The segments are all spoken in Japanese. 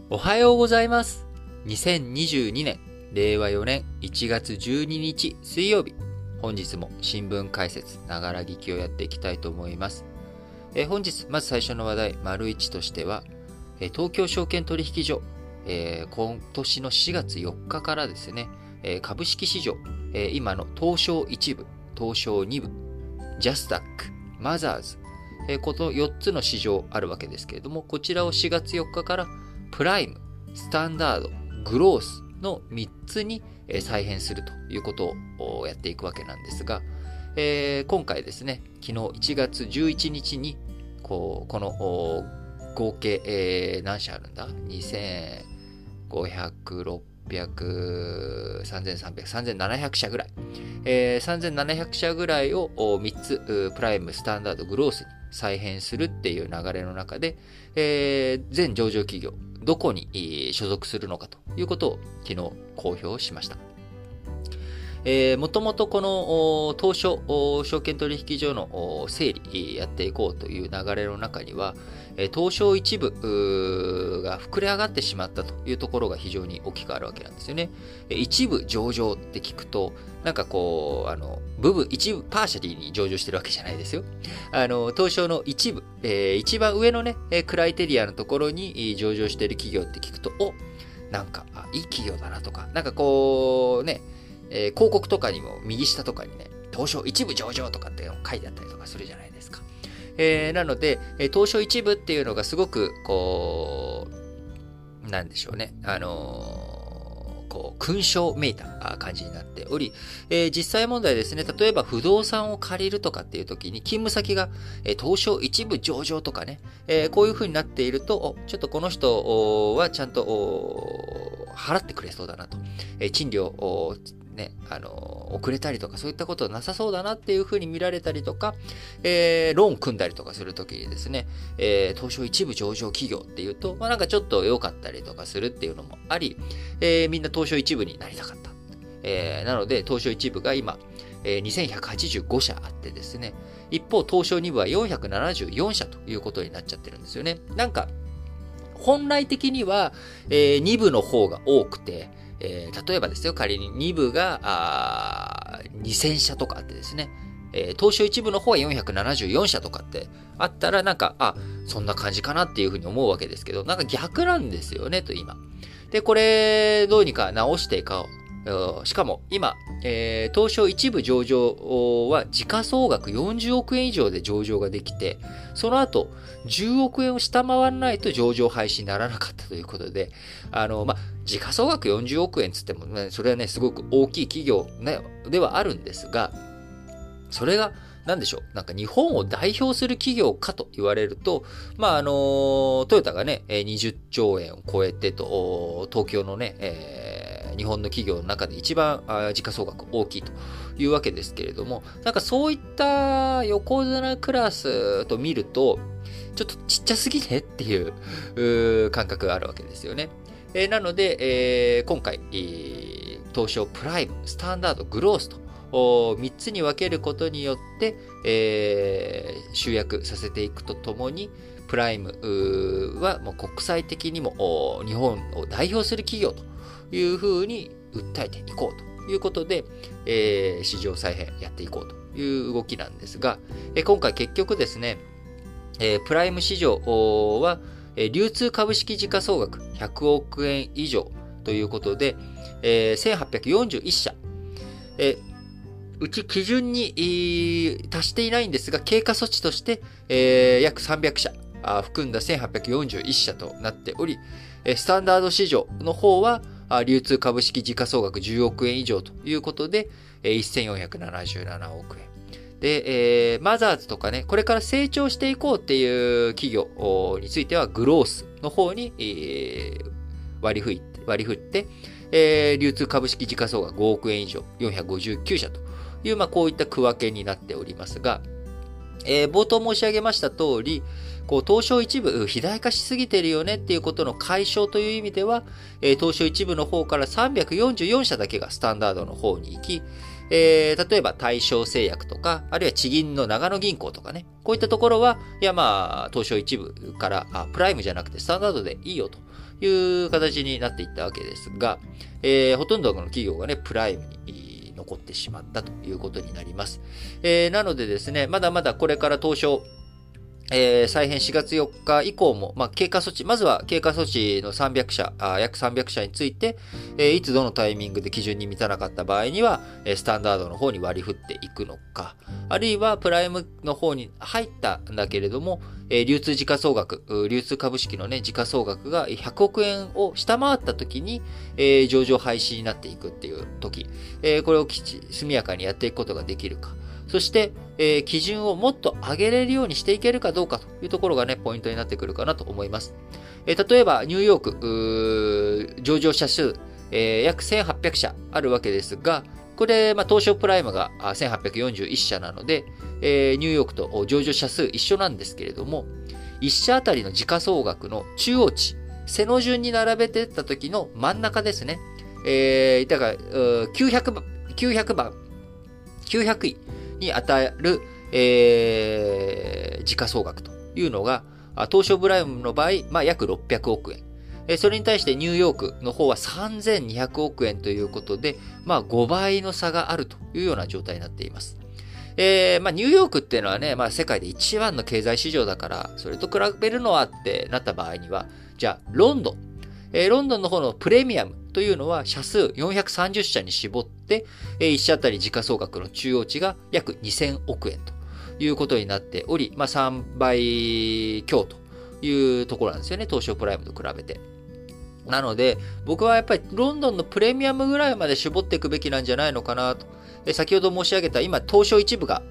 おはようございます。2022年、令和4年1月12日水曜日。本日も新聞解説、ながら聞きをやっていきたいと思います。本日、まず最初の話題、丸1としては、東京証券取引所、今年の4月4日からですね、株式市場、今の東証1部、東証2部、ジャスダック、マザーズ、この4つの市場あるわけですけれども、こちらを4月4日からプライム、スタンダード、グロースの3つに再編するということをやっていくわけなんですが、今回ですね、昨日1月11日にこの合計、何社あるんだ ?2500、600、3300、3700社ぐらい。3700社ぐらいを3つ、プライム、スタンダード、グロースに再編するっていう流れの中で、全上場企業、どこに所属するのかということを昨日公表しました。もともとこの東証証券取引所の整理やっていこうという流れの中には、東証一部が膨れ上がってしまったというところが非常に大きくあるわけなんですよね。一部上場って聞くと、なんかこう、一部パーシャリーに上場してるわけじゃないですよ。東証の一部、一番上のね、クライテリアのところに上場している企業って聞くと、なんか、いい企業だなとか、なんかこうね、広告とかにも右下とかにね、東証一部上場とかって書いてあったりとかするじゃないですか。なので、東証一部っていうのがすごく、こう、なんでしょうね。こう、勲章めいた感じになっており、実際問題ですね、例えば不動産を借りるとかっていう時に、勤務先が、東証一部上場とかね、こういう風になっていると、ちょっとこの人はちゃんと払ってくれそうだなと。賃料をね、遅れたりとかそういったことはなさそうだなっていうふうに見られたりとか、ローン組んだりとかするときにですね、東証一部上場企業っていうと、なんかちょっと良かったりとかするっていうのもあり、みんな東証一部になりたかった。なので、東証一部が今、2185社あってですね、一方、東証二部は474社ということになっちゃってるんですよね。なんか、本来的には、二部の方が多くて、例えばですよ、仮に2部が2000社とかあってですね、東証1部の方は474社とかってあったらなんか、そんな感じかなっていうふうに思うわけですけど、なんか逆なんですよね、と今。で、これ、どうにか直していこう。しかも今、東証一部上場は時価総額40億円以上で上場ができて、その後10億円を下回らないと上場廃止にならなかったということで、時価総額40億円つってもね、それはね、すごく大きい企業、ね、ではあるんですが、それが、なんでしょう。なんか日本を代表する企業かと言われると、トヨタがね、20兆円を超えてと、東京のね、日本の企業の中で一番時価総額大きいというわけですけれども、なんかそういった横綱クラスと見ると、ちょっとちっちゃすぎねっていう感覚があるわけですよね。なので、今回、東証プライム、スタンダード、グロースと3つに分けることによって、集約させていくとともに、プライムはもう国際的にも日本を代表する企業というふうに訴えていこうということで、市場再編やっていこうという動きなんですが、今回結局ですね、プライム市場は、流通株式時価総額100億円以上ということで、1841社、うち基準に達していないんですが、経過措置として、約300社含んだ1841社となっており、スタンダード市場の方は、流通株式時価総額10億円以上ということで、1477億円。で、マザーズとかね、これから成長していこうっていう企業については、グロースの方に、割り振って、流通株式時価総額5億円以上、459社という、こういった区分けになっておりますが、冒頭申し上げました通り、東証一部肥大化しすぎてるよねっていうことの解消という意味では、東証一部の方から344社だけがスタンダードの方に行き、例えば大正製薬とか、あるいは地銀の長野銀行とかね、こういったところは、いや東証一部からプライムじゃなくてスタンダードでいいよという形になっていったわけですが、ほとんどの企業がね、プライムに残ってしまったということになります。なのでですね、まだまだこれから東証、再編4月4日以降も、経過措置、まずは経過措置の300社、約300社について、いつどのタイミングで基準に満たなかった場合には、スタンダードの方に割り振っていくのか、あるいはプライムの方に入ったんだけれども、流通時価総額、流通株式のね、時価総額が100億円を下回った時に、上場廃止になっていくっていう時、これを速やかにやっていくことができるか。そして、基準をもっと上げれるようにしていけるかどうかというところがね、ポイントになってくるかなと思います。例えば、ニューヨーク、上場者数、約1800社あるわけですが、これ、東証プライムが1841社なので、ニューヨークと上場者数一緒なんですけれども、1社あたりの時価総額の中央値、背の順に並べていった時の真ん中ですね。だから、900位に当たる、時価総額というのが、東証プライムの場合、約600億円。それに対してニューヨークの方は3200億円ということで、5倍の差があるというような状態になっています。ニューヨークっていうのはね、世界で一番の経済市場だから、それと比べるのはってなった場合には、じゃあ、ロンドンの方のプレミアムというのは社数430社に絞って、1社あたり時価総額の中央値が約2000億円ということになっており、3倍強というところなんですよね、東証プライムと比べて。なので、僕はやっぱりロンドンのプレミアムぐらいまで絞っていくべきなんじゃないのかなと。先ほど申し上げた、今、東証1部が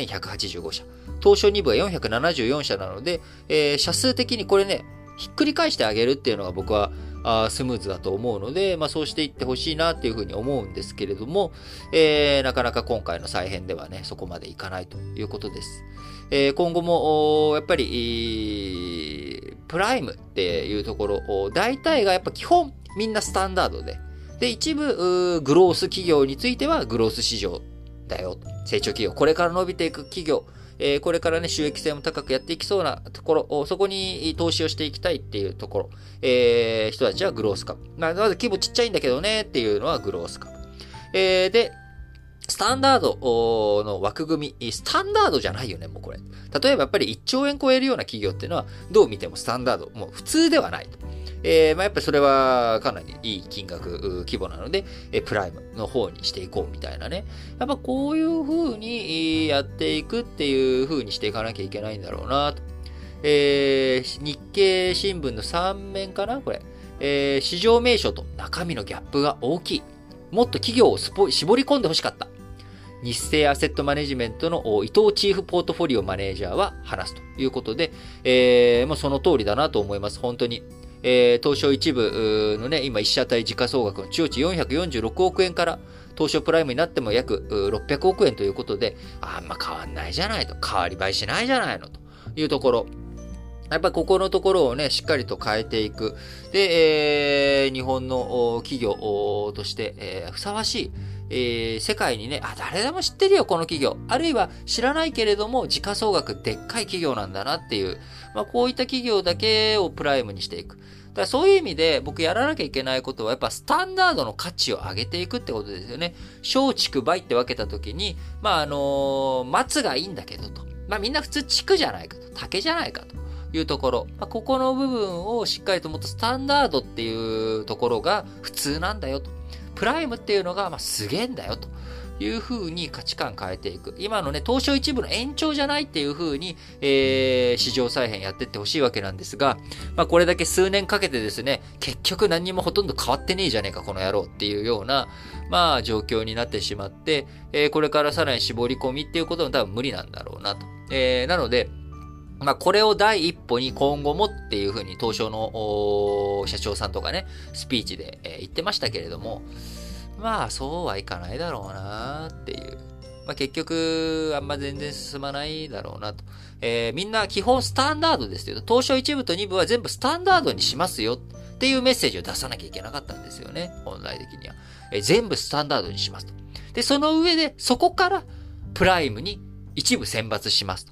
2185社、東証2部が474社なので、社数的にこれね、ひっくり返してあげるっていうのが僕はスムーズだと思うので、そうしていってほしいなっていうふうに思うんですけれども、なかなか今回の再編ではね、そこまでいかないということです。今後も、やっぱり、プライムっていうところ、大体がやっぱ基本みんなスタンダードで、一部、グロース企業についてはグロース市場だよ。成長企業、これから伸びていく企業、これからね、収益性も高くやっていきそうなところ、そこに投資をしていきたいっていうところ、人たちはグロース株。まず規模ちっちゃいんだけどねっていうのはグロース株。で、スタンダードの枠組み、スタンダードじゃないよね、もうこれ。例えばやっぱり1兆円超えるような企業っていうのは、どう見てもスタンダード、もう普通ではないと。やっぱりそれはかなりいい金額、規模なので、プライムの方にしていこうみたいなね。やっぱこういう風にやっていくっていう風にしていかなきゃいけないんだろうなと。日経新聞の3面かなこれ。市場名称と中身のギャップが大きい。もっと企業を絞り込んでほしかった。日清アセットマネジメントの伊藤チーフポートフォリオマネージャーは話すということで、もうその通りだなと思います。本当に。東証一部のね、今1社対時価総額の中央値446億円から、東証プライムになっても約600億円ということで、あんま変わんないじゃないと、変わり映えしないじゃないのというところ。やっぱここのところをね、しっかりと変えていく。で、日本の企業として、ふさわしい、世界にね、誰でも知ってるよ、この企業。あるいは知らないけれども、時価総額でっかい企業なんだなっていう、こういった企業だけをプライムにしていく。だからそういう意味で僕やらなきゃいけないことはやっぱスタンダードの価値を上げていくってことですよね。小畜梅って分けたときに、松がいいんだけどと。みんな普通竹じゃないかと。竹じゃないかというところ。ここの部分をしっかりともっとスタンダードっていうところが普通なんだよと。プライムっていうのがすげえんだよと。いう風に価値観変えていく。今のね、東証一部の延長じゃないっていう風に、市場再編やっていってほしいわけなんですが、これだけ数年かけてですね、結局何にもほとんど変わってねえじゃねえか、この野郎っていうような、状況になってしまって、これからさらに絞り込みっていうことも多分無理なんだろうなと。なので、これを第一歩に今後もっていう風に東証の社長さんとかね、スピーチで、言ってましたけれども、そうはいかないだろうなっていう。結局、あんま全然進まないだろうなと。みんな基本スタンダードですよ。東証1部と2部は全部スタンダードにしますよっていうメッセージを出さなきゃいけなかったんですよね。本来的には。全部スタンダードにしますと。で、その上で、そこからプライムに一部選抜しますと。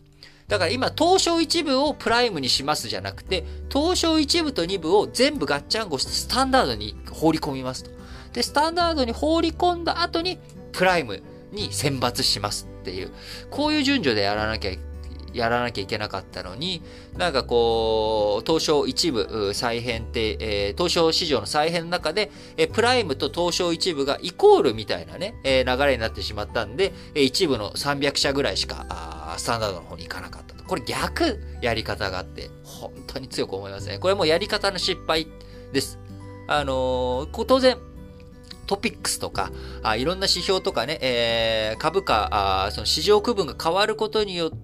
だから今、東証一部をプライムにしますじゃなくて、東証一部と二部を全部ガッチャンコしてスタンダードに放り込みますと。で、スタンダードに放り込んだ後に、プライムに選抜しますっていう、こういう順序でやらなきゃいけなかったのに、なんかこう、東証一部再編って、東証市場の再編の中で、プライムと東証一部がイコールみたいなね、流れになってしまったんで、一部の300社ぐらいしか、スタンダードの方に行かなかったと。これ逆やり方があって、本当に強く思いますね。これもやり方の失敗です。当然、トピックスとか、いろんな指標とかね、株価、その市場区分が変わることによって、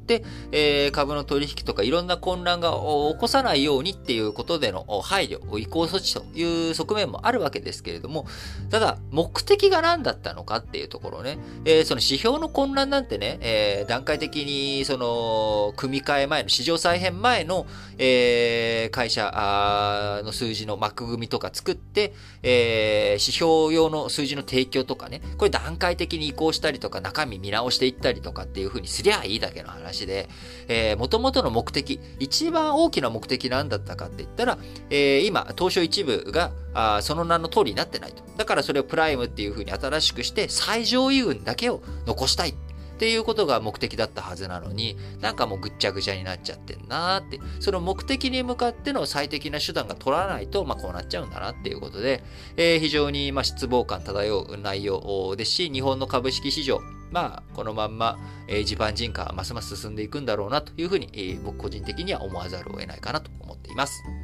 株の取引とかいろんな混乱が起こさないようにっていうことでの配慮、移行措置という側面もあるわけですけれども、ただ、目的が何だったのかっていうところね、その指標の混乱なんてね、段階的に、その、組み替え前の、市場再編前の、会社の数字の枠組みとか作って、指標用の数字の提供とかね、これ段階的に移行したりとか中身見直していったりとかっていう風にすりゃいいだけの話で、元々の目的、一番大きな目的なんだったかって言ったら、今、東証一部がその名の通りになってないと。だからそれをプライムっていう風に新しくして最上位群だけを残したい。っていうことが目的だったはずなのに、なんかもうぐっちゃぐちゃになっちゃってんなーって、その目的に向かっての最適な手段が取らないと、こうなっちゃうんだなっていうことで、非常に失望感漂う内容ですし、日本の株式市場、このまんま、地盤沈下、ますます進んでいくんだろうなというふうに、僕個人的には思わざるを得ないかなと思っています。